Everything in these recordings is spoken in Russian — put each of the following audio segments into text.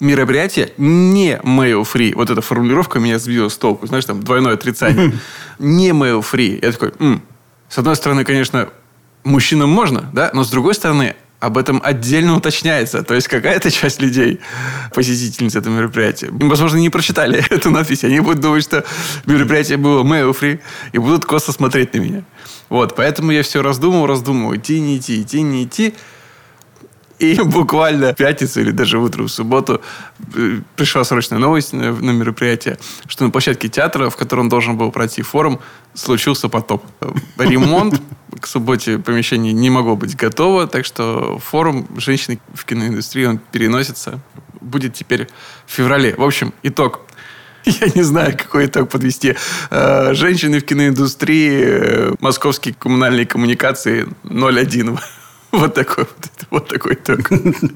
мероприятие не male-free. Вот эта формулировка меня сбила с толку. Знаешь, там двойное отрицание. Не male-free. Я такой, с одной стороны, конечно, мужчинам можно, да, но с другой стороны, об этом отдельно уточняется. То есть, какая-то часть людей, посетительниц этого мероприятия, возможно, не прочитали эту надпись. Они будут думать, что мероприятие было male-free, и будут косо смотреть на меня. Вот, поэтому я все раздумывал, идти, не идти. И буквально в пятницу или даже утром в субботу пришла срочная новость на мероприятие, что на площадке театра, в котором должен был пройти форум, случился потоп. Ремонт к субботе помещения не могло быть готово, так что форум «Женщины в киноиндустрии» он переносится. Будет теперь в феврале. В общем, итог. Я не знаю, какой итог подвести. Женщины в киноиндустрии, московские коммунальные коммуникации 0,1. Вот такой итог.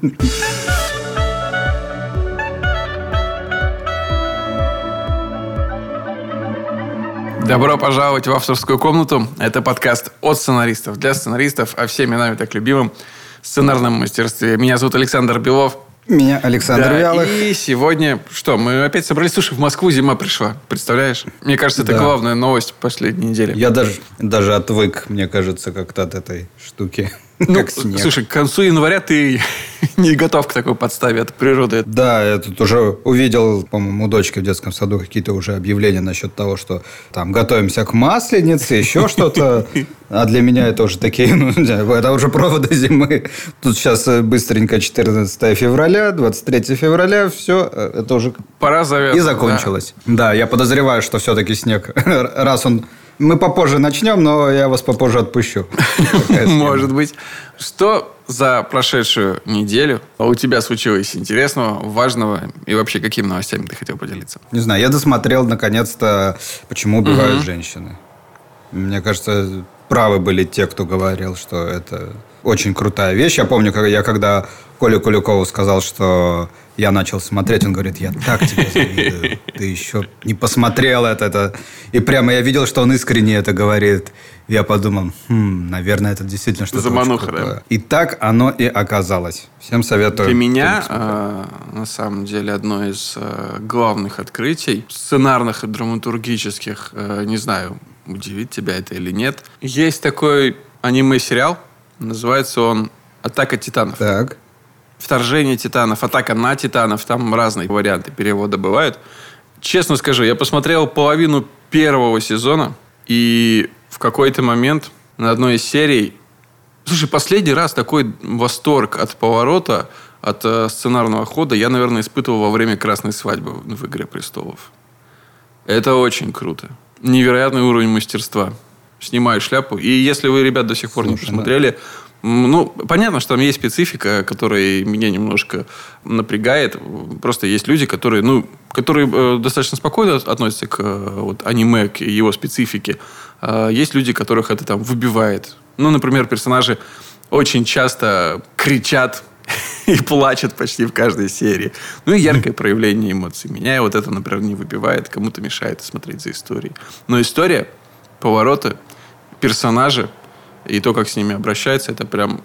Добро пожаловать в авторскую комнату. Это подкаст от сценаристов для сценаристов о всеми нами так любимом сценарном мастерстве. Меня зовут Александр Белов. Меня Александр Вялых. И сегодня, мы опять собрались. Слушай, в Москву зима пришла. Представляешь? Мне кажется, это главная новость последней недели. Я даже отвык, мне кажется, как-то от этой штуки. Как снег. Слушай, к концу января ты не готов к такой подставе от природы. Да, я тут уже увидел, по-моему, у дочки в детском саду какие-то уже объявления насчет того, что там готовимся к Масленице, еще что-то. А для меня это уже такие, это уже проводы зимы. Тут сейчас быстренько 14 февраля, 23 февраля, все, это уже... Пора завязывать. И закончилось. Да, я подозреваю, что все-таки снег, раз он... Мы попозже начнем, но я вас попозже отпущу. Может быть. Что за прошедшую неделю у тебя случилось интересного, важного? И вообще, какими новостями ты хотел поделиться? Не знаю, я досмотрел, наконец-то, «Почему убивают женщины». Мне кажется, правы были те, кто говорил, что это очень крутая вещь. Я помню, когда Коле Куликову сказал, что я начал смотреть, он говорит, я так тебе завидую. Ты еще не посмотрел это. И прямо я видел, что он искренне это говорит. Я подумал, наверное, это действительно что-то замануха, очень крутое. Да? И так оно и оказалось. Всем советую. Для меня, на самом деле, одно из главных открытий, сценарных и драматургических, не знаю, удивит тебя это или нет. Есть такой аниме-сериал, называется он «Атака титанов». Так. «Вторжение титанов», «Атака на титанов». Там разные варианты перевода бывают. Честно скажу, я посмотрел половину первого сезона, и в какой-то момент на одной из серий... Слушай, последний раз такой восторг от поворота, от сценарного хода я, наверное, испытывал во время «Красной свадьбы» в «Игре престолов». Это очень круто. Невероятный уровень мастерства. Снимаю шляпу. И если вы, ребят, до сих пор не посмотрели... понятно, что там есть специфика, которая меня немножко напрягает. Просто есть люди, которые достаточно спокойно относятся к аниме, к его специфике. Есть люди, которых это там выбивает. Например, персонажи очень часто кричат и плачут почти в каждой серии. И яркое проявление эмоций. Меня это, например, не выбивает, кому-то мешает смотреть за историей. Но история, повороты, персонажи и то, как с ними обращаются, это прям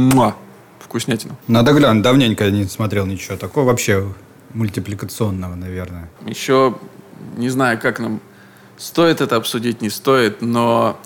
вкуснятина. Надо глянуть. Давненько я не смотрел ничего такого. Вообще мультипликационного, наверное. Еще не знаю, как нам стоит это обсудить, не стоит, но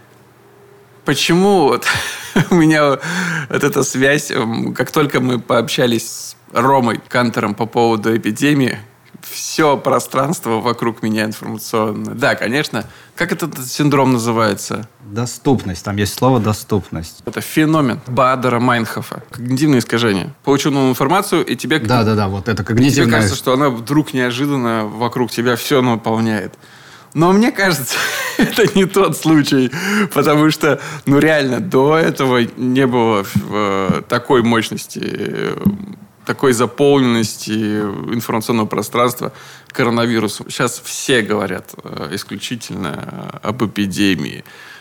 почему у меня эта связь, как только мы пообщались с Ромой Кантором по поводу эпидемии, все пространство вокруг меня информационное. Да, конечно. Как этот синдром называется? Доступность. Там есть слово «доступность». Это феномен Баадера-Майнхофа. Когнитивное искажение. Получил новую информацию, и тебе... Да. Вот это когнитивное... Тебе кажется, что она вдруг неожиданно вокруг тебя все наполняет. Но мне кажется, это не тот случай. Потому что, реально, до этого не было такой мощности... такой заполненности информационного пространства коронавирусом. Сейчас все говорят исключительно об эпидемии.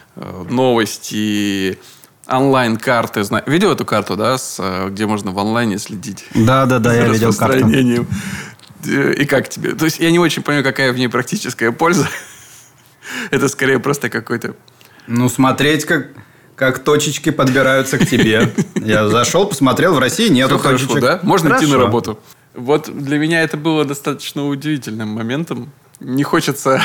Новости, онлайн-карты. Видел эту карту, да, где можно в онлайне следить? Да, я видел карту. И как тебе? То есть я не очень понимаю, какая в ней практическая польза. Это скорее просто какой-то... смотреть как точечки подбираются к тебе. Я зашел, посмотрел, в России нету точечек. Да? Можно идти на работу. Вот для меня это было достаточно удивительным моментом. Не хочется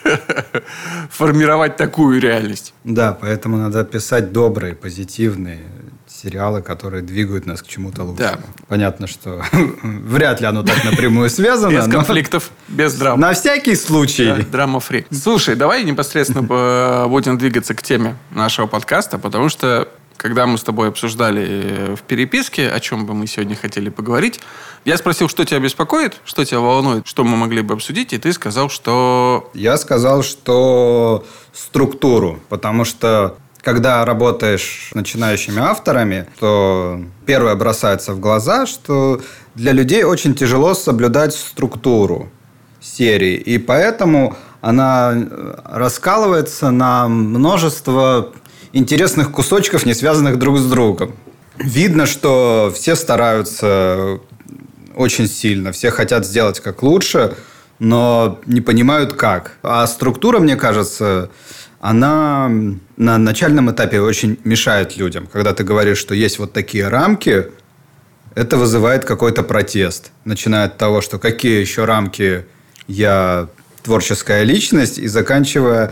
формировать такую реальность. Да, поэтому надо писать добрые, позитивные сериалы, которые двигают нас к чему-то лучшему. Да. Понятно, что вряд ли оно так напрямую связано. Без конфликтов, без драм. На всякий случай. Драма-фри. Слушай, давай непосредственно будем двигаться к теме нашего подкаста, потому что когда мы с тобой обсуждали в переписке, о чем бы мы сегодня хотели поговорить, я спросил, что тебя беспокоит, что тебя волнует, что мы могли бы обсудить, и ты сказал, что... Я сказал, что структуру, потому что когда работаешь с начинающими авторами, то первое бросается в глаза, что для людей очень тяжело соблюдать структуру серии, и поэтому она раскалывается на множество интересных кусочков, не связанных друг с другом. Видно, что все стараются очень сильно, все хотят сделать как лучше, но не понимают как. А структура, мне кажется, она на начальном этапе очень мешает людям. Когда ты говоришь, что есть вот такие рамки, это вызывает какой-то протест. Начиная от того, что какие еще рамки я творческая личность, и заканчивая...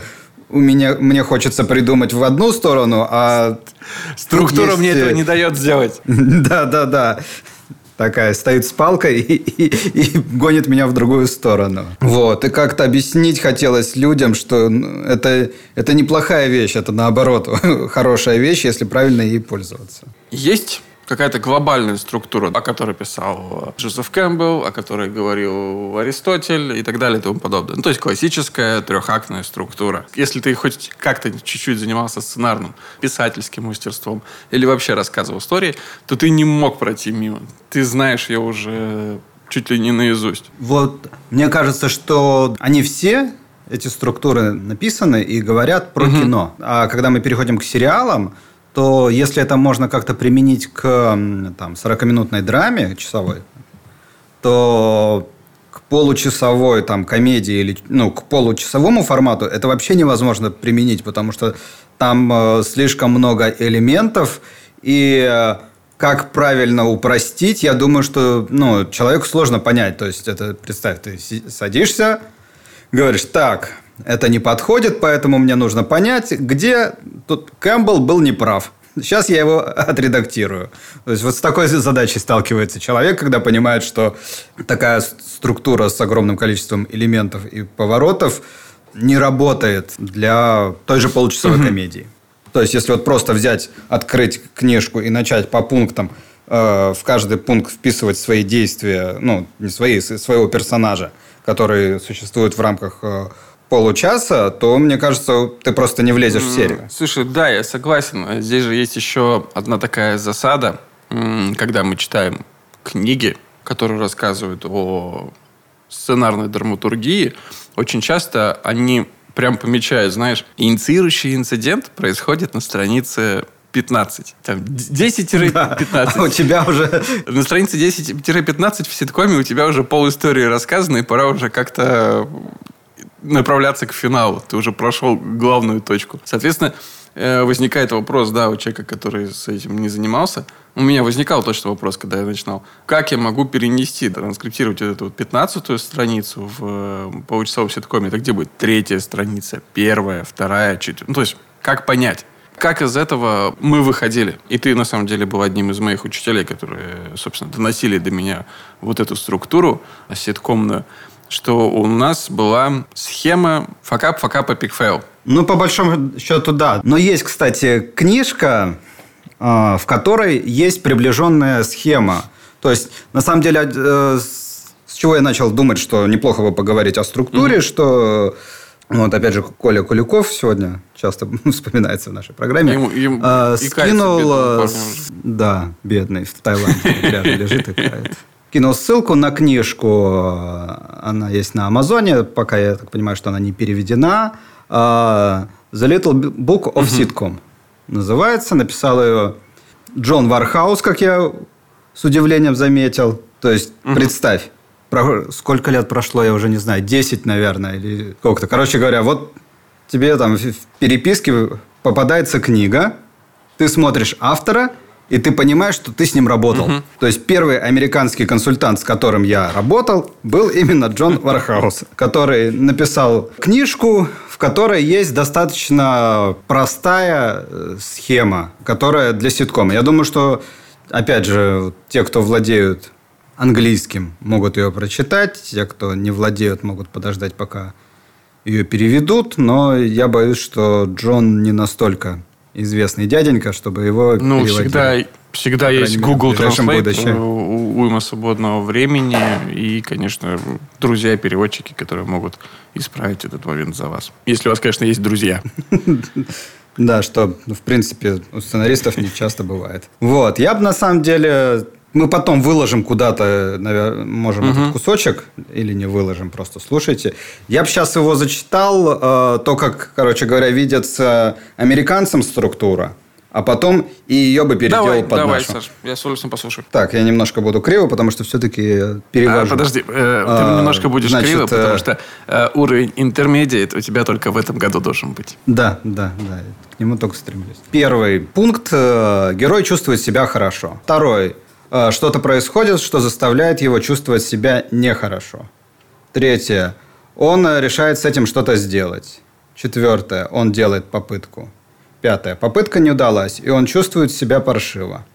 Мне хочется придумать в одну сторону, а... Структура мне этого не дает сделать. Да. Такая стоит с палкой и гонит меня в другую сторону. Вот. И как-то объяснить хотелось людям, что это неплохая вещь, это наоборот хорошая вещь, если правильно ей пользоваться. Есть какая-то глобальная структура, о которой писал Джозеф Кэмпбелл, о которой говорил Аристотель и так далее и тому подобное. Ну, то есть классическая трехактная структура. Если ты хоть как-то чуть-чуть занимался сценарным, писательским мастерством или вообще рассказывал истории, то ты не мог пройти мимо. Ты знаешь ее уже чуть ли не наизусть. Вот мне кажется, что они все, эти структуры, написаны и говорят про кино. А когда мы переходим к сериалам, то если это можно как-то применить к 40-минутной драме часовой, то к получасовой комедии или к получасовому формату это вообще невозможно применить, потому что там слишком много элементов, и как правильно упростить, я думаю, что человеку сложно понять. То есть, это, представь, ты садишься, говоришь, так... Это не подходит, поэтому мне нужно понять, где тут Кэмпбелл был неправ. Сейчас я его отредактирую. То есть, вот с такой задачей сталкивается человек, когда понимает, что такая структура с огромным количеством элементов и поворотов не работает для той же получасовой комедии. То есть, если вот просто взять, открыть книжку и начать по пунктам, в каждый пункт вписывать свои действия, не свои, своего персонажа, который существует в рамках... получаса, то, мне кажется, ты просто не влезешь в серию. Слушай, да, я согласен. Здесь же есть еще одна такая засада, когда мы читаем книги, которые рассказывают о сценарной драматургии, очень часто они прям помечают, знаешь, инициирующий инцидент происходит на странице 15. 10-15. Да, а у тебя уже... На странице 10-15 в ситкоме у тебя уже полистории рассказаны, и пора уже как-то... направляться к финалу. Ты уже прошел главную точку. Соответственно, возникает вопрос, у человека, который с этим не занимался. У меня возникал точно вопрос, когда я начинал. Как я могу перенести, транскриптировать эту 15-ю страницу в получасовом ситкоме? Это где будет 3-я страница, 1-я, 2-я, 4-я? То есть, как понять? Как из этого мы выходили? И ты, на самом деле, был одним из моих учителей, которые, собственно, доносили до меня вот эту структуру ситкомную, что у нас была схема факап, эпик фейл. По большому счету, да. Но есть, кстати, книжка, в которой есть приближенная схема. То есть, на самом деле, с чего я начал думать, что неплохо бы поговорить о структуре, что... опять же, Коля Куликов сегодня часто вспоминается в нашей программе. Скинул... Да, бедный, в Таиланде лежит и кает. Кинул ссылку на книжку, она есть на Амазоне, пока я так понимаю, что она не переведена. The Little Book of Sitcom называется. Написал ее Джон Вархаус, как я с удивлением заметил. То есть, представь, сколько лет прошло, я уже не знаю, 10, наверное, или сколько-то. Короче говоря, вот тебе в переписке попадается книга, ты смотришь автора и ты понимаешь, что ты с ним работал. То есть первый американский консультант, с которым я работал, был именно Джон Вархаус, который написал книжку, в которой есть достаточно простая схема, которая для ситкома. Я думаю, что, опять же, те, кто владеют английским, могут ее прочитать. Те, кто не владеют, могут подождать, пока ее переведут. Но я боюсь, что Джон не настолько известный дяденька, чтобы его переводили. Всегда есть Google Translate, уйма свободного времени и, конечно, друзья-переводчики, которые могут исправить этот момент за вас. Если у вас, конечно, есть друзья. Да, что, в принципе, у сценаристов не часто бывает. Вот. Я бы, на самом деле... Мы потом выложим куда-то, наверное, можем этот кусочек, или не выложим, просто слушайте. Я бы сейчас его зачитал, то, как, короче говоря, видится американцам структура, а потом и ее бы переделал под давай, нашу. Саш, я с удовольствием послушаю. Так, я немножко буду криво, потому что все-таки перевожу. Подожди, ты немножко будешь криво, потому что уровень intermediate у тебя только в этом году должен быть. Да, к нему только стремлюсь. Первый пункт. Герой чувствует себя хорошо. Второй. Что-то происходит, что заставляет его чувствовать себя нехорошо. Третье. Он решает с этим что-то сделать. Четвертое. Он делает попытку. Пятое. Попытка не удалась, и он чувствует себя паршиво.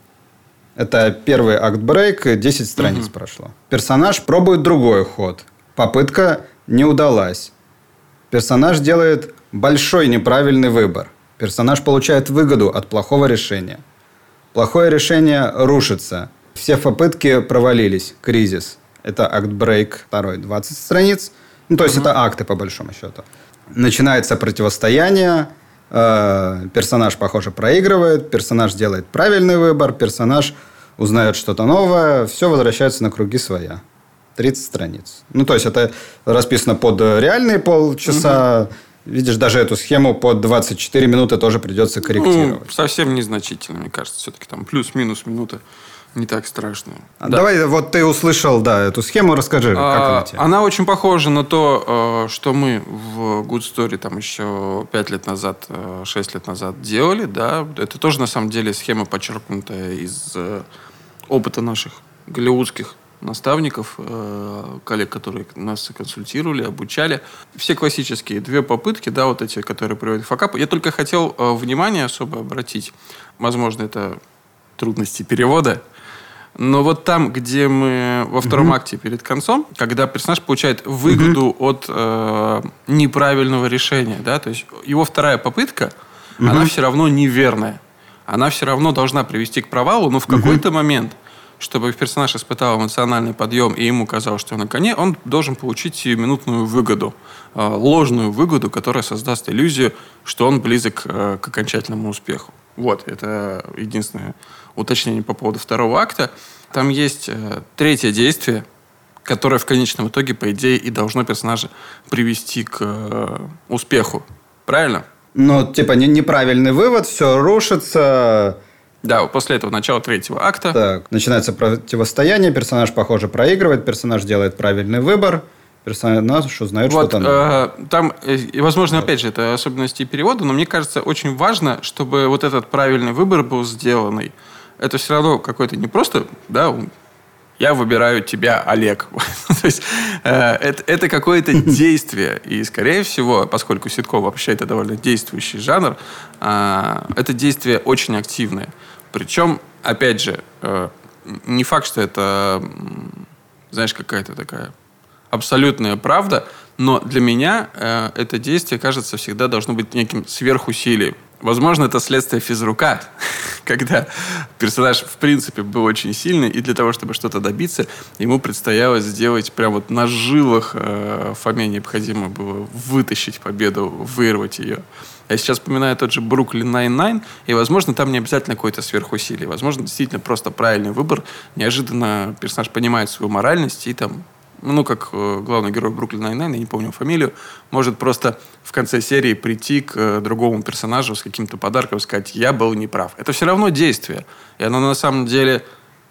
Это первый акт-брейк, 10 страниц прошло. Персонаж пробует другой ход. Попытка не удалась. Персонаж делает большой неправильный выбор. Персонаж получает выгоду от плохого решения. Плохое решение рушится. Все попытки провалились. Кризис. Это акт-брейк второй, 20 страниц. То есть, это акты, по большому счету. Начинается противостояние. Персонаж, похоже, проигрывает. Персонаж делает правильный выбор. Персонаж узнает что-то новое. Все возвращается на круги своя. 30 страниц. То есть, это расписано под реальные полчаса. Видишь, даже эту схему под 24 минуты тоже придется корректировать. Совсем незначительно, мне кажется. Все-таки там плюс-минус минута. Не так страшно. Давай, вот ты услышал, эту схему, расскажи, как она тебе. Она очень похожа на то, что мы в Good Story там еще 5 лет назад, 6 лет назад делали. Да? Это тоже, на самом деле, схема, подчеркнутая из опыта наших голливудских наставников, коллег, которые нас консультировали, обучали. Все классические 2 попытки, да, вот эти, которые приводят к факапу. Я только хотел внимание особо обратить. Возможно, это трудности перевода. Но вот там, где мы во втором акте перед концом, когда персонаж получает выгоду от неправильного решения, да, то есть его вторая попытка, она все равно неверная. Она все равно должна привести к провалу, но в какой-то момент, чтобы персонаж испытал эмоциональный подъем и ему казалось, что он на коне, он должен получить сиюминутную выгоду, ложную выгоду, которая создаст иллюзию, что он близок к окончательному успеху. Вот, это единственное уточнение по поводу второго акта. Там есть третье действие, которое в конечном итоге, по идее, и должно персонажа привести к успеху. Правильно? Неправильный вывод, все рушится. Да, после этого начало третьего акта. Так, начинается противостояние, персонаж, похоже, проигрывает, персонаж делает правильный выбор. Персонаж узнает что-то новое. Там, возможно, опять же, это особенности перевода, но мне кажется, очень важно, чтобы вот этот правильный выбор был сделанный. Это все равно какой-то не просто, да, я выбираю тебя, Олег. То есть, это какое-то действие. И, скорее всего, поскольку ситком вообще это довольно действующий жанр, это действие очень активное. Причем, опять же, не факт, что это, знаешь, какая-то такая абсолютная правда, но для меня это действие, кажется, всегда должно быть неким сверхусилием. Возможно, это следствие физрука, когда персонаж, в принципе, был очень сильный, и для того, чтобы что-то добиться, ему предстояло сделать прям вот на жилах Фоме необходимо было вытащить победу, вырвать ее. Я сейчас вспоминаю тот же Бруклин Найн-Найн, и, возможно, там не обязательно какое-то сверхусилие. Возможно, действительно просто правильный выбор. Неожиданно персонаж понимает свою моральность и там, как главный герой Бруклин Найн-Найн, я не помню фамилию, может просто в конце серии прийти к другому персонажу с каким-то подарком и сказать, я был неправ. Это все равно действие. И оно на самом деле...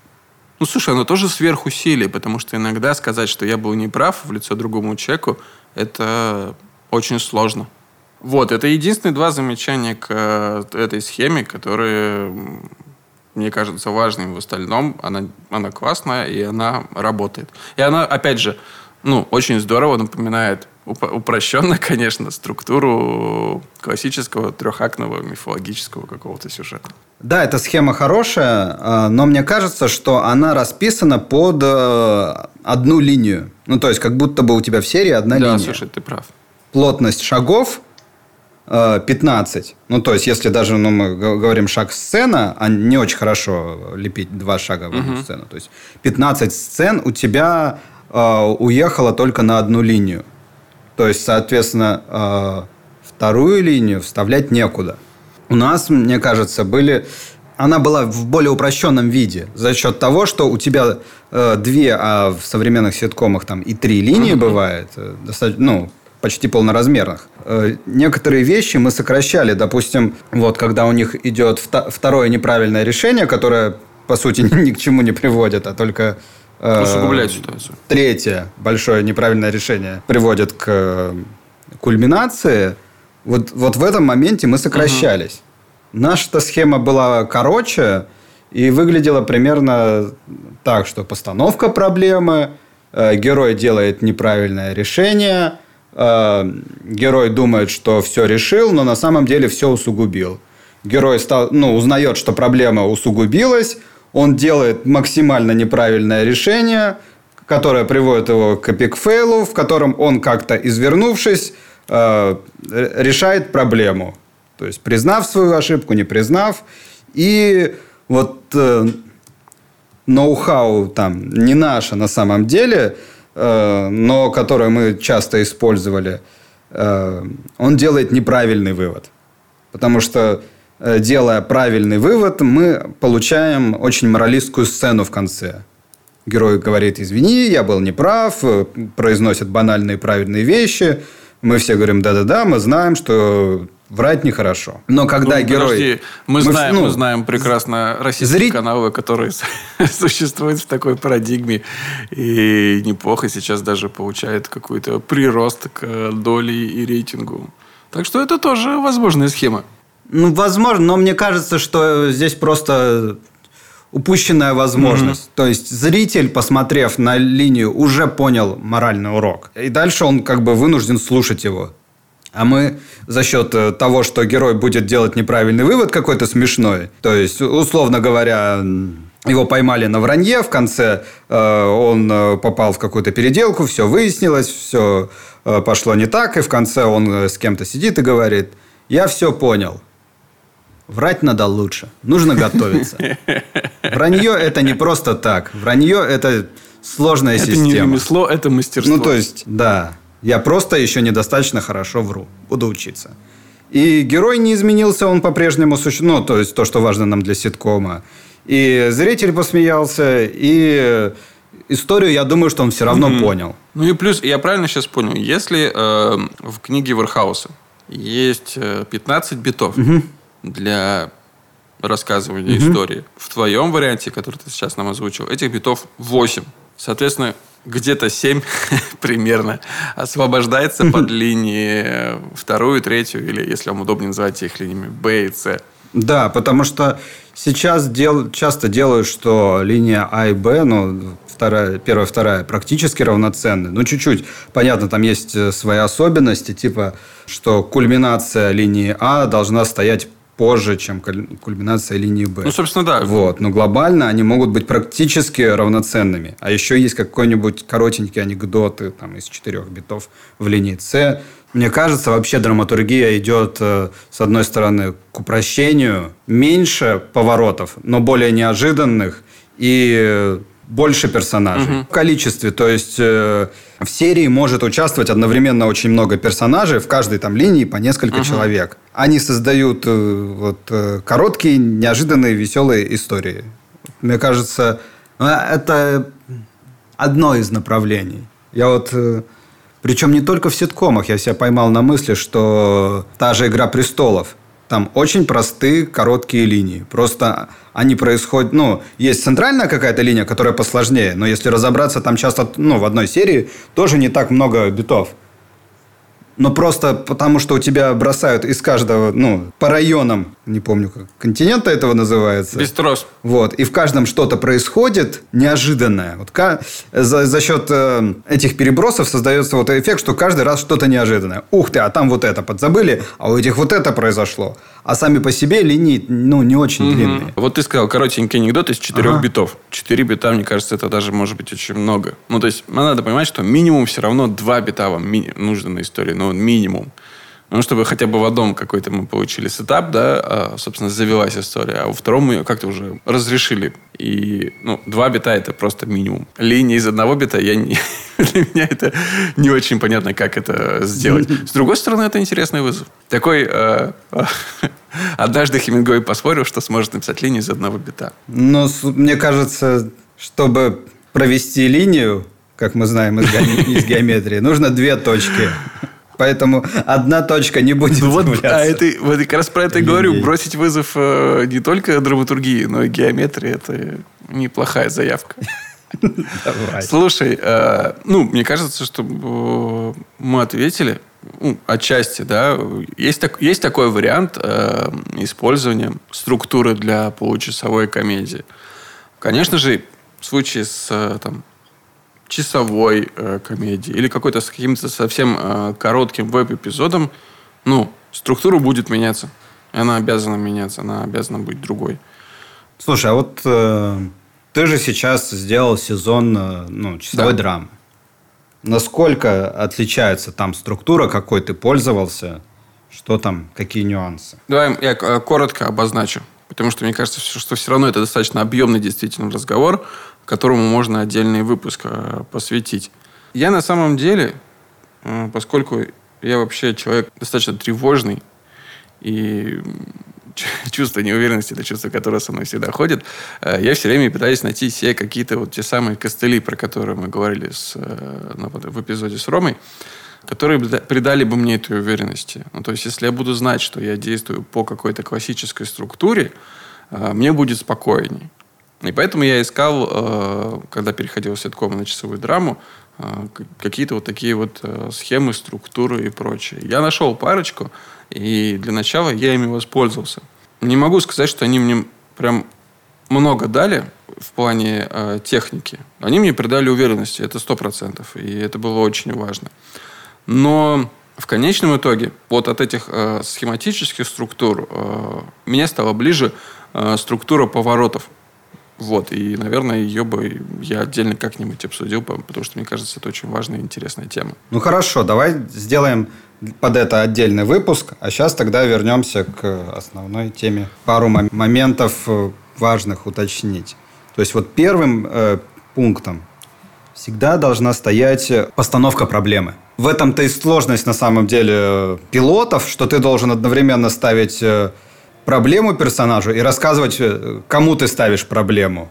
оно тоже сверхусилие, потому что иногда сказать, что я был неправ в лицо другому человеку, это очень сложно. Вот, это единственные 2 замечания к этой схеме, которые... мне кажется важным в остальном, она классная, и она работает. И она, опять же, очень здорово напоминает, упрощенно, конечно, структуру классического трехактного мифологического какого-то сюжета. Да, эта схема хорошая, но мне кажется, что она расписана под одну линию. То есть, как будто бы у тебя в серии одна линия. Да, слушай, ты прав. Плотность шагов 15. То есть, если даже мы говорим шаг-сцена, а не очень хорошо лепить 2 шага в одну сцену. То есть, 15 сцен у тебя уехало только на одну линию. То есть, соответственно, вторую линию вставлять некуда. У нас, мне кажется, она была в более упрощенном виде за счет того, что у тебя 2, а в современных ситкомах там и 3 линии бывает, достаточно, почти полноразмерных. Некоторые вещи мы сокращали. Допустим, когда у них идет второе неправильное решение, которое, по сути, ни к чему не приводит, а только... усугубляет ситуацию. Третье большое неправильное решение приводит к кульминации. Вот в этом моменте мы сокращались. Наша схема была короче и выглядела примерно так, что постановка проблемы, герой делает неправильное решение, герой думает, что все решил, но на самом деле все усугубил. Герой узнает, что проблема усугубилась, он делает максимально неправильное решение, которое приводит его к эпик-фейлу, в котором он как-то, извернувшись, решает проблему. То есть, признав свою ошибку, не признав. И ноу-хау там не наше на самом деле, но которое мы часто использовали, он делает неправильный вывод. Потому что, делая правильный вывод, мы получаем очень моралистскую сцену в конце. Герой говорит: извини, я был неправ, произносит банальные правильные вещи. Мы все говорим: да-да-да, мы знаем, что врать нехорошо. Но когда герой... Подожди, мы знаем прекрасно российские каналы, которые существуют в такой парадигме. И неплохо сейчас даже получает какой-то прирост к доле и рейтингу. Так что это тоже возможная схема. Возможно, но мне кажется, что здесь просто упущенная возможность. То есть, зритель, посмотрев на линию, уже понял моральный урок. И дальше он вынужден слушать его. А мы за счет того, что герой будет делать неправильный вывод какой-то смешной, то есть, условно говоря, его поймали на вранье, в конце он попал в какую-то переделку, все выяснилось, все пошло не так, и в конце он с кем-то сидит и говорит: я все понял. Врать надо лучше. Нужно готовиться. Вранье – это не просто так. Вранье – это сложная система. Это не ремесло, это мастерство. То есть, да. Я просто еще недостаточно хорошо вру. Буду учиться. И герой не изменился, он по-прежнему существует. То есть, то, что важно нам для ситкома. И зритель посмеялся, и историю, я думаю, что он все равно понял. И плюс, я правильно сейчас понял, если в книге Верхауса есть 15 битов для рассказывания истории, в твоем варианте, который ты сейчас нам озвучил, этих битов 8. Соответственно, где-то 7 примерно освобождается под линии 2, 3, или, если вам удобнее называть их линиями, Б и С. Да, потому что сейчас часто делают, что линия А и Б, первая, вторая, практически равноценны. Чуть-чуть. Понятно, там есть свои особенности, типа, что кульминация линии А должна стоять позже, чем кульминация линии Б. Собственно, да. Но глобально они могут быть практически равноценными. А еще есть какой-нибудь коротенький анекдот из 4 битов в линии С. Мне кажется, вообще драматургия идет, с одной стороны, к упрощению. Меньше поворотов, но более неожиданных. И больше персонажей. В количестве. То есть, в серии может участвовать одновременно очень много персонажей. В каждой линии по несколько человек. Они создают короткие, неожиданные, веселые истории. Мне кажется, это одно из направлений. Причем не только в ситкомах. Я себя поймал на мысли, что та же «Игра престолов». Там очень простые, короткие линии. Просто они происходят... есть центральная какая-то линия, которая посложнее. Но если разобраться, там часто в одной серии тоже не так много битов. Но просто потому, что у тебя бросают из каждого... по районам не помню, как континента этого называется. Вестерос. Вот. И в каждом что-то происходит неожиданное. Вот за счет этих перебросов создается вот эффект, что каждый раз что-то неожиданное. Ух ты, а там вот это подзабыли, а у этих вот это произошло. А сами по себе линии, не очень длинные. Вот ты сказал коротенький анекдот из 4 битов. 4 бита, мне кажется, это даже может быть очень много. То есть, надо понимать, что минимум все равно 2 бита вам нужно на истории. Минимум. Чтобы хотя бы в одном какой-то мы получили сетап, да, собственно, завелась история, а во втором мы ее как-то уже разрешили. И 2 бита это просто минимум. Линии из 1 бита, для меня это не очень понятно, как это сделать. С другой стороны, это интересный вызов. Такой однажды Хемингуэй поспорил, что сможет написать линию из 1 бита. Мне кажется, чтобы провести линию, как мы знаем из геометрии, нужно 2 точки. Поэтому 1 точка не будет являться. Вот как раз про это и говорю. Бросить вызов не только драматургии, но и геометрии. Это неплохая заявка. Давай. Слушай, мне кажется, что мы ответили отчасти, да. Есть такой вариант использования структуры для получасовой комедии. Конечно же, в случае с часовой комедии или какой-то с каким-то совсем коротким веб-эпизодом, структура будет меняться. Она обязана меняться, она обязана быть другой. Слушай, а вот ты же сейчас сделал сезон часовой драмы. Насколько отличается там структура, какой ты пользовался? Что там, какие нюансы? Давай я коротко обозначу. Потому что мне кажется, что все равно это достаточно объемный действительно разговор, которому можно отдельный выпуск посвятить. Я на самом деле, поскольку я вообще человек достаточно тревожный, и чувство неуверенности – это чувство, которое со мной всегда ходит, я все время пытаюсь найти себе какие-то те самые костыли, про которые мы говорили в эпизоде с Ромой, которые придали бы мне этой уверенности. То есть, если я буду знать, что я действую по какой-то классической структуре, мне будет спокойней. И поэтому я искал, когда переходил с ситкома на часовую драму, какие-то вот такие вот схемы, структуры и прочее. Я нашел парочку, и для начала я ими воспользовался. Не могу сказать, что они мне прям много дали в плане техники. Они мне придали уверенности, это 100%, и это было очень важно. Но в конечном итоге вот от этих схематических структур мне стала ближе структура поворотов. Вот. И, наверное, ее бы я отдельно как-нибудь обсудил, потому что, мне кажется, это очень важная и интересная тема. Хорошо, давай сделаем под это отдельный выпуск, а сейчас тогда вернемся к основной теме. Пару моментов важных уточнить. То есть, вот первым пунктом всегда должна стоять постановка проблемы. В этом-то и сложность, на самом деле, пилотов, что ты должен одновременно ставить проблему персонажу и рассказывать, кому ты ставишь проблему.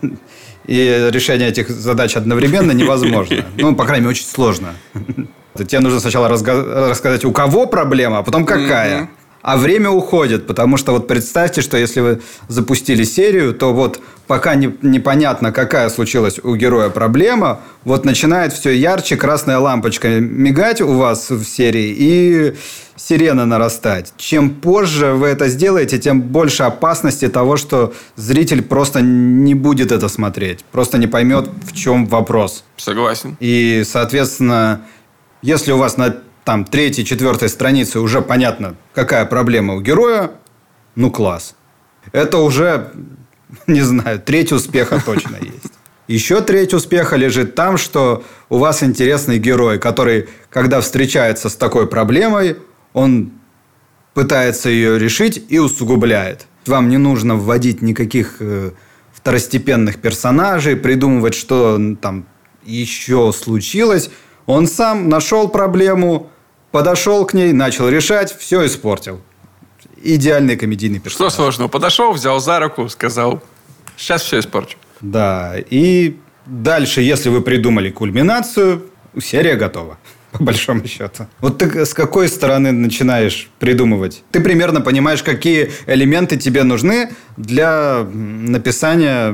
И решение этих задач одновременно невозможно. По крайней мере, очень сложно. Тебе нужно сначала рассказать, у кого проблема, а потом какая. А время уходит, потому что вот представьте, что если вы запустили серию, то вот пока непонятно, какая случилась у героя проблема, вот начинает все ярче красная лампочка мигать у вас в серии и сирена нарастать. Чем позже вы это сделаете, тем больше опасности того, что зритель просто не будет это смотреть, просто не поймет, в чем вопрос. Согласен. И, соответственно, если у вас на 3-й, 4-й странице уже понятно, какая проблема у героя, класс. Это уже, не знаю, 1/3 успеха точно есть. Еще 1/3 успеха лежит там, что у вас интересный герой, который, когда встречается с такой проблемой, он пытается ее решить и усугубляет. Вам не нужно вводить никаких второстепенных персонажей, придумывать, что там еще случилось. Он сам нашел проблему, подошел к ней, начал решать, все испортил. Идеальный комедийный персонаж. Что сложного? Подошел, взял за руку, сказал, сейчас все испорчу. Да, и дальше, если вы придумали кульминацию, серия готова, по большому счету. Вот ты с какой стороны начинаешь придумывать? Ты примерно понимаешь, какие элементы тебе нужны для написания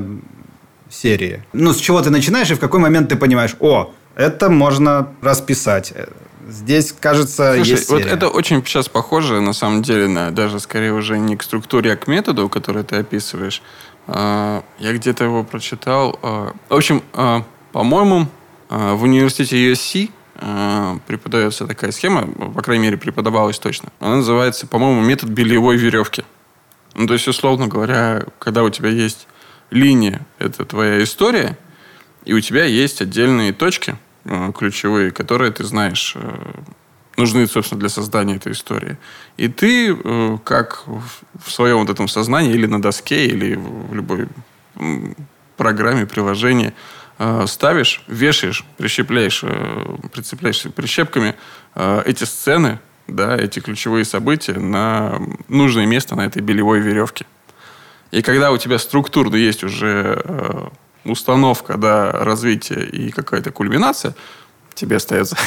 серии. С чего ты начинаешь и в какой момент ты понимаешь, это можно расписать. Здесь, кажется, Слушай, есть вот серия. это очень сейчас похоже, на самом деле, на даже скорее уже не к структуре, а к методу, который ты описываешь. Я где-то его прочитал. В общем, по-моему, в университете USC преподается такая схема, по крайней мере, преподавалась точно. Она называется, по-моему, метод белевой веревки. Ну, то есть, условно говоря, когда у тебя есть линия, это твоя история, и у тебя есть отдельные точки ключевые, которые ты знаешь нужны, собственно, для создания этой истории. И ты, как в своем вот этом сознании, или на доске, или в любой программе, приложении, ставишь, вешаешь, прищепляешь, прицепляешь прищепками эти сцены, да, эти ключевые события на нужное место на этой белевой веревке. И когда у тебя структурно есть уже установка, да, развитие и какая-то кульминация, тебе остается...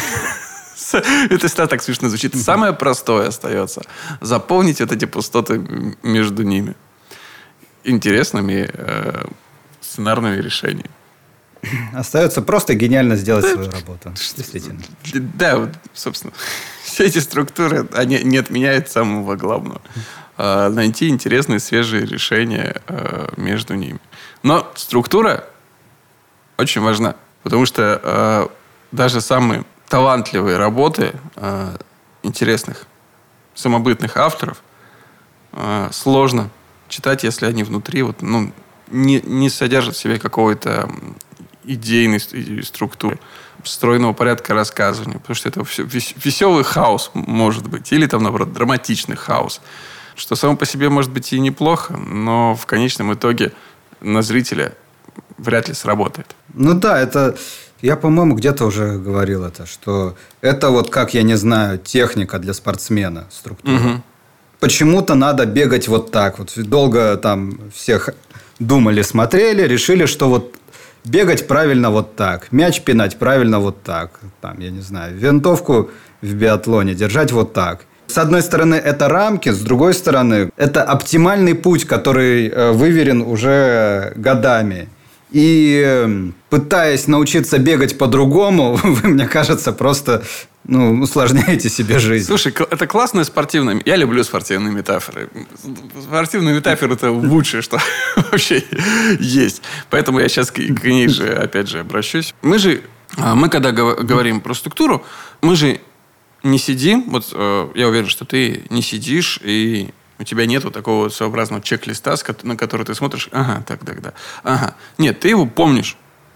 Это всегда так смешно звучит. Самое простое остается. Заполнить вот эти пустоты между ними интересными сценарными решениями. Остается просто гениально сделать свою работу. Действительно. Да, вот, собственно, все эти структуры, они не отменяют самого главного. Найти интересные, свежие решения между ними. Но структура очень важна. Потому что даже самые талантливые работы интересных, самобытных авторов сложно читать, если они внутри не содержат в себе какого-то идейной структуры, стройного порядка рассказывания. Потому что это все веселый хаос может быть. Или там, наоборот, драматичный хаос. Что само по себе может быть и неплохо, но в конечном итоге на зрителя вряд ли сработает. Ну да, это... Я, по-моему, где-то уже говорил это, что это вот, как я не знаю, техника для спортсмена, структура. Угу. Почему-то надо бегать вот так. Вот долго там всех думали, смотрели, решили, что вот бегать правильно вот так, мяч пинать правильно вот так. Там, я не знаю, винтовку в биатлоне держать вот так. С одной стороны, это рамки, с другой стороны, это оптимальный путь, который выверен уже годами. И пытаясь научиться бегать по-другому, вы, мне кажется, просто усложняете себе жизнь. Слушай, это классная спортивная... Я люблю спортивные метафоры. Спортивные метафоры – это лучшее, что вообще есть. Поэтому я сейчас к ней же, опять же, обращусь. Мы когда говорим про структуру, мы же не сидим... Вот я уверен, что ты не сидишь и... У тебя нету такого своеобразного чек-листа, на который ты смотришь. Ага, так. Ага. Нет, ты его помнишь.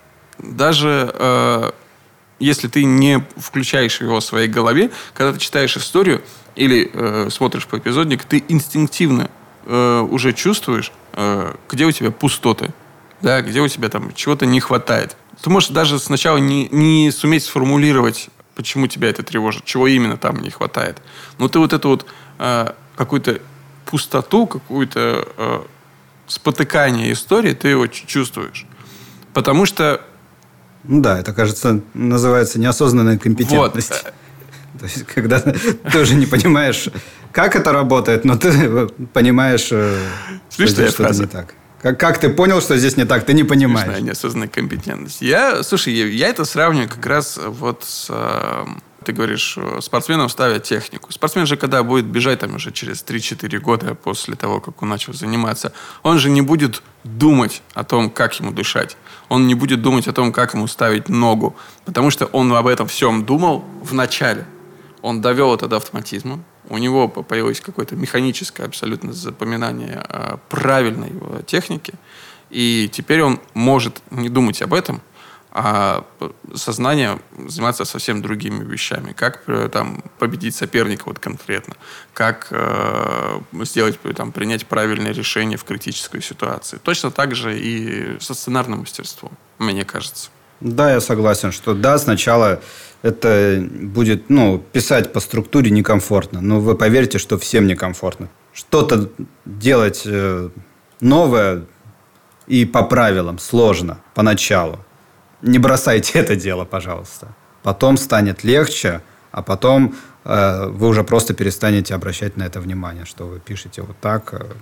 Даже если ты не включаешь его в своей голове, когда ты читаешь историю или смотришь по эпизодник, ты инстинктивно уже чувствуешь, где у тебя пустоты, да, где у тебя там чего-то не хватает. Ты можешь даже сначала не суметь сформулировать, почему тебя это тревожит, чего именно там не хватает. Но ты вот эту вот какую-то пустоту, какую-то спотыкание истории, ты его чувствуешь. Потому что... Да, это, кажется, называется неосознанная компетентность. Вот. То есть, когда ты тоже не понимаешь, как это работает, но ты понимаешь, что здесь что-то не так. Как ты понял, что здесь не так, ты не понимаешь. Смешная неосознанная компетентность. Слушай, я это сравниваю как раз вот с... Ты говоришь, спортсменам ставят технику. Спортсмен же, когда будет бежать там уже через 3-4 года после того, как он начал заниматься, он же не будет думать о том, как ему дышать. Он не будет думать о том, как ему ставить ногу. Потому что он об этом всем думал в начале. Он довел это до автоматизма. У него появилось какое-то механическое абсолютно запоминание правильной техники. И теперь он может не думать об этом, а сознание заниматься совсем другими вещами. Как там победить соперника вот конкретно. Как сделать, там, принять правильное решение в критической ситуации. Точно так же и со сценарным мастерством, мне кажется. Да, я согласен, что да, сначала это будет, писать по структуре некомфортно. Но вы поверьте, что всем некомфортно. Что-то делать новое и по правилам сложно поначалу. Не бросайте это дело, пожалуйста. Потом станет легче, а потом вы уже просто перестанете обращать на это внимание, что вы пишете вот так.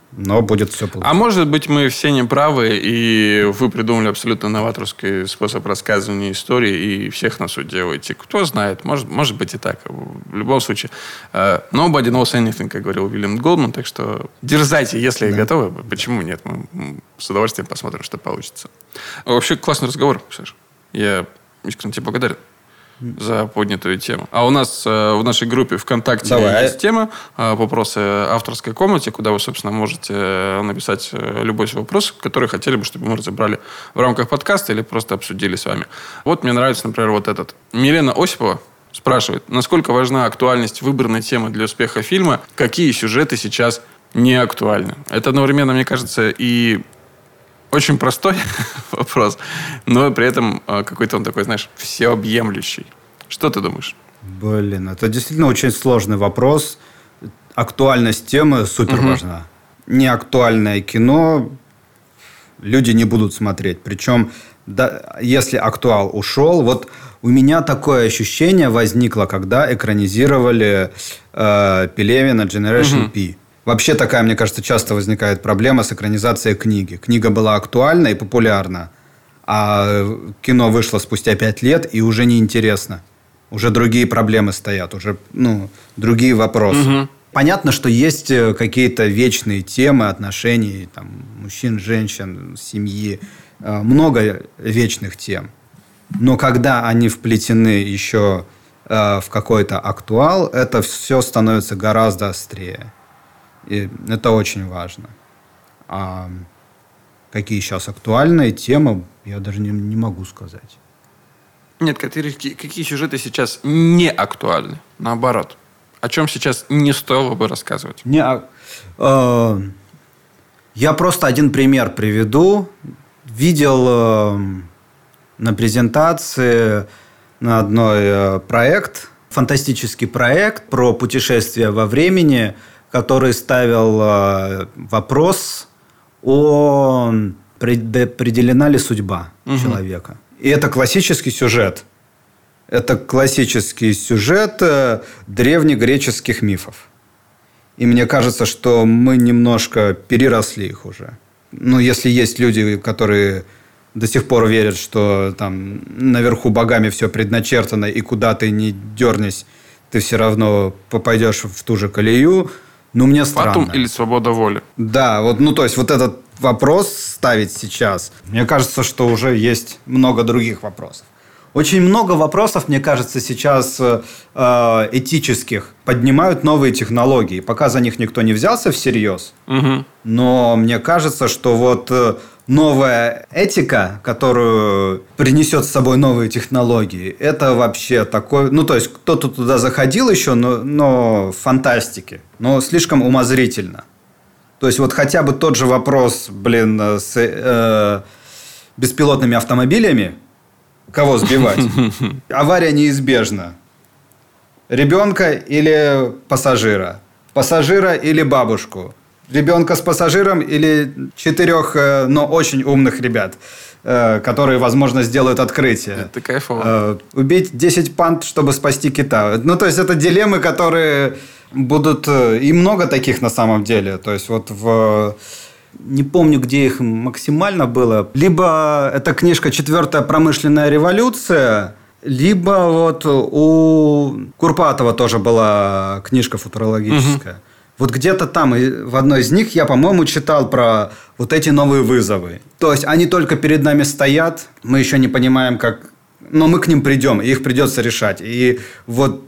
но будет все получаться. А может быть, мы все неправы, и вы придумали абсолютно новаторский способ рассказывания истории, и всех нас уделаете. Кто знает, может быть и так. В любом случае, nobody knows anything, как говорил Уильям Голдман, так что дерзайте, если готовы. Почему нет? Мы с удовольствием посмотрим, что получится. Вообще, классный разговор, Саша. Я искренне тебе благодарен за поднятую тему. А у нас в нашей группе ВКонтакте есть тема «Вопросы авторской комнате», куда вы, собственно, можете написать любой свой вопрос, который хотели бы, чтобы мы разобрали в рамках подкаста или просто обсудили с вами. Вот мне нравится, например, вот этот. Милена Осипова спрашивает, насколько важна актуальность выбранной темы для успеха фильма, какие сюжеты сейчас не актуальны. Это одновременно, мне кажется, и очень простой вопрос, но при этом какой-то он такой, знаешь, всеобъемлющий. Что ты думаешь? Блин, это действительно очень сложный вопрос. Актуальность темы супер важна. Неактуальное кино люди не будут смотреть. Причем, если актуал ушел, вот у меня такое ощущение возникло, когда экранизировали Пелевина Generation P. Вообще такая, мне кажется, часто возникает проблема с экранизацией книги. Книга была актуальна и популярна, а кино вышло спустя 5 лет и уже неинтересно. Уже другие проблемы стоят, уже другие вопросы. Понятно, что есть какие-то вечные темы отношений там, мужчин, женщин, семьи. Много вечных тем. Но когда они вплетены еще в какой-то актуал, это все становится гораздо острее. И это очень важно. А какие сейчас актуальные темы, я даже не могу сказать. Нет, какие сюжеты сейчас не актуальны? Наоборот. О чем сейчас не стоило бы рассказывать? Я просто один пример приведу. Видел на презентации на одной проект, фантастический проект про путешествие во времени, который ставил вопрос о предопределена ли судьба человека. И это классический сюжет. Это классический сюжет древнегреческих мифов. И мне кажется, что мы немножко переросли их уже. Если есть люди, которые до сих пор верят, что там наверху богами все предначертано, и куда ты ни дернись, ты все равно попадешь в ту же колею. Мне странно. Фатум или свобода воли? Да, то есть вот этот вопрос ставить сейчас. Мне кажется, что уже есть много других вопросов. Очень много вопросов, мне кажется, сейчас этических поднимают новые технологии. Пока за них никто не взялся всерьез. Но мне кажется, что вот новая этика, которую принесет с собой новые технологии, это вообще такой... то есть кто-то туда заходил еще, но в фантастике. Но слишком умозрительно. То есть вот хотя бы тот же вопрос, с беспилотными автомобилями. Кого сбивать? Авария неизбежна. Ребенка или пассажира? Пассажира или бабушку? Ребенка с пассажиром или 4, но очень умных ребят, которые, возможно, сделают открытие? Это кайфово. Убить 10 панд, чтобы спасти кита. То есть, это дилеммы, которые будут... И много таких на самом деле. То есть, вот не помню, где их максимально было. Либо это книжка «4-я промышленная революция», либо вот у Курпатова тоже была книжка футурологическая. Вот где-то там, в одной из них, я, по-моему, читал про вот эти новые вызовы. То есть, они только перед нами стоят, мы еще не понимаем, как... Но мы к ним придем, и их придется решать. И вот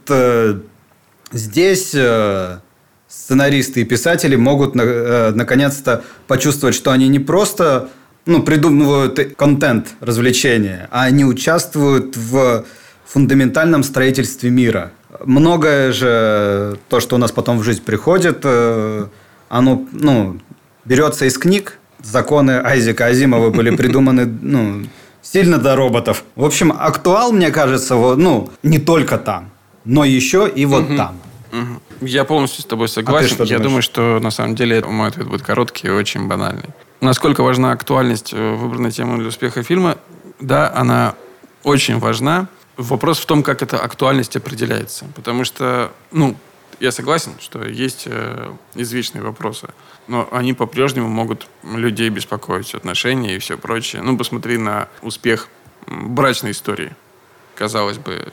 здесь... сценаристы и писатели могут наконец-то почувствовать, что они не просто придумывают контент, развлечения, а они участвуют в фундаментальном строительстве мира. Многое же, то, что у нас потом в жизнь приходит, оно берется из книг. Законы Айзека Азимова были придуманы сильно до роботов. В общем, актуал, мне кажется, не только там, но еще и вот там. Я полностью с тобой согласен. Я думаю, что на самом деле мой ответ будет короткий и очень банальный. Насколько важна актуальность выбранной темы для успеха фильма? Да, она очень важна. Вопрос в том, как эта актуальность определяется. Потому что, я согласен, что есть извечные вопросы, но они по-прежнему могут людей беспокоить, отношения и все прочее. Ну, посмотри на успех брачной истории. Казалось бы,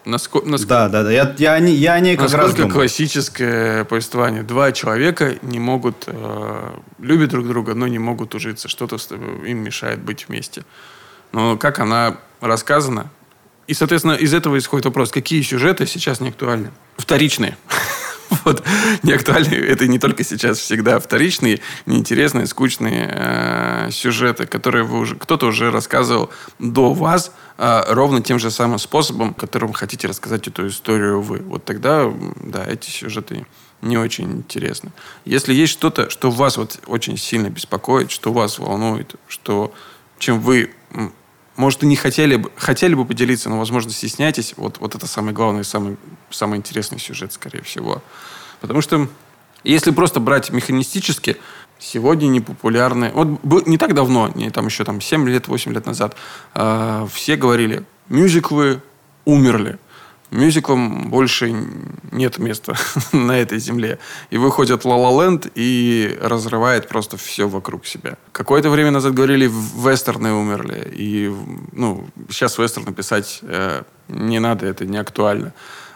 Да. Я о ней как раз думаю. Классическое повествование. Два человека не могут, любят друг друга, но не могут ужиться. Что-то им мешает быть вместе. Но как она рассказана? И, соответственно, из этого исходит вопрос, какие сюжеты сейчас не актуальны? Вторичные. Вот, не актуальны. Это не только сейчас, всегда вторичные, неинтересные, скучные сюжеты, которые кто-то уже рассказывал до вас ровно тем же самым способом, которым хотите рассказать эту историю вы. Вот тогда, да, эти сюжеты не очень интересны. Если есть что-то, что вас вот очень сильно беспокоит, что вас волнует, чем вы, может, и не хотели бы поделиться, но, возможно, стесняетесь, вот это самый главный, самый интересный сюжет, скорее всего. Потому что, если просто брать механистически, сегодня непопулярны... Вот не так давно, еще 7 лет, 8 лет назад, все говорили, мюзиклы умерли. Мюзиклам больше нет места на этой земле. И выходит «Ла Ла Ленд» и разрывает просто все вокруг себя. Какое-то время назад говорили, вестерны умерли. И сейчас вестерны писать не надо, это не актуально.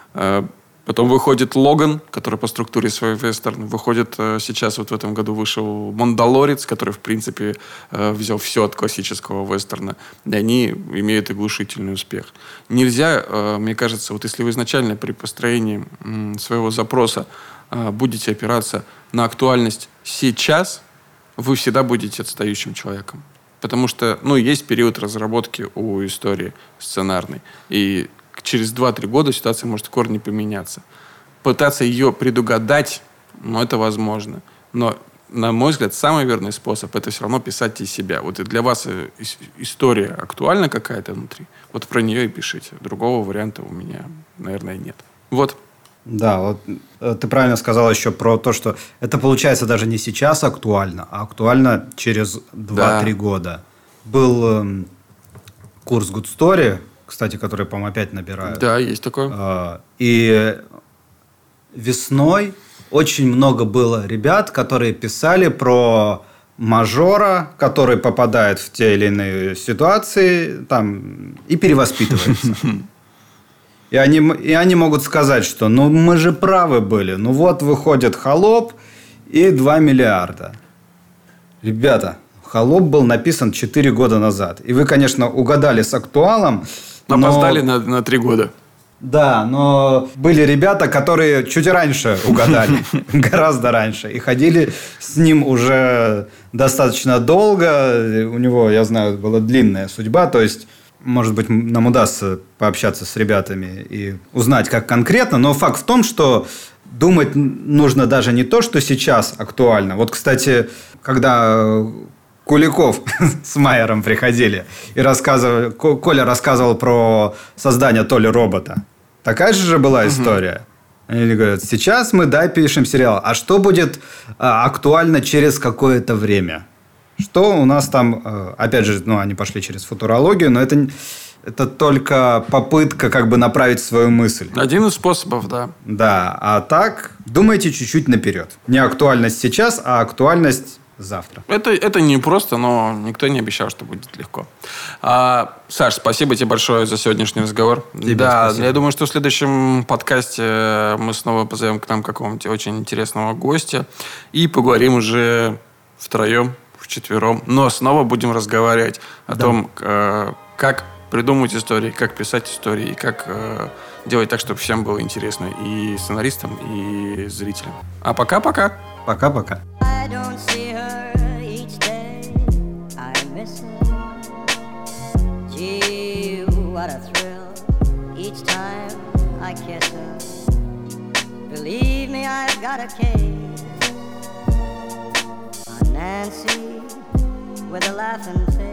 Потом выходит «Логан», который по структуре своей вестерн. Выходит сейчас, вот в этом году вышел «Мандалорец», который, в принципе, взял все от классического вестерна. И они имеют оглушительный успех. Нельзя, мне кажется, вот если вы изначально при построении своего запроса будете опираться на актуальность сейчас, вы всегда будете отстающим человеком. Потому что, есть период разработки у истории сценарной. И через 2-3 года ситуация может в корне поменяться. Пытаться ее предугадать, это возможно. Но, на мой взгляд, самый верный способ – это все равно писать из себя. Вот и для вас история актуальна какая-то внутри, вот про нее и пишите. Другого варианта у меня, наверное, нет. Вот. Да, вот ты правильно сказал еще про то, что это получается даже не сейчас актуально, а актуально через 2-3 года. Был курс Good Story, кстати, который, по-моему, опять набирают. Да, есть такое. И весной очень много было ребят, которые писали про мажора, который попадает в те или иные ситуации и перевоспитывается. И они могут сказать, что мы же правы были. Вот выходит «Холоп» и 2 миллиарда. Ребята, «Холоп» был написан 4 года назад. И вы, конечно, угадали с актуалом. Опоздали на 3 года. Да, но были ребята, которые чуть раньше угадали. Гораздо раньше. И ходили с ним уже достаточно долго. У него, я знаю, была длинная судьба. То есть, может быть, нам удастся пообщаться с ребятами и узнать, как конкретно. Но факт в том, что думать нужно даже не то, что сейчас актуально. Вот, кстати, когда Куликов с Майером приходили и рассказывали, Коля рассказывал про создание Толи робота. Такая же была история. Они говорят, сейчас мы пишем сериал. А что будет актуально через какое-то время? Что у нас там... Опять же, они пошли через футурологию, но это только попытка направить свою мысль. Один из способов, да. Да, а так думайте чуть-чуть наперед. Не актуальность сейчас, а актуальность завтра. Это не просто, но никто не обещал, что будет легко. Саш, спасибо тебе большое за сегодняшний разговор. Спасибо. Я думаю, что в следующем подкасте мы снова позовем к нам какого-нибудь очень интересного гостя и поговорим уже втроем, вчетвером, но снова будем разговаривать о том, как придумывать истории, как писать истории, и как делать так, чтобы всем было интересно, и сценаристам, и зрителям. А пока-пока. Пока-пока. I don't see her each day, I miss her. Gee, what a thrill each time I kiss her. Believe me, I've got a case on Nancy with a laughing face.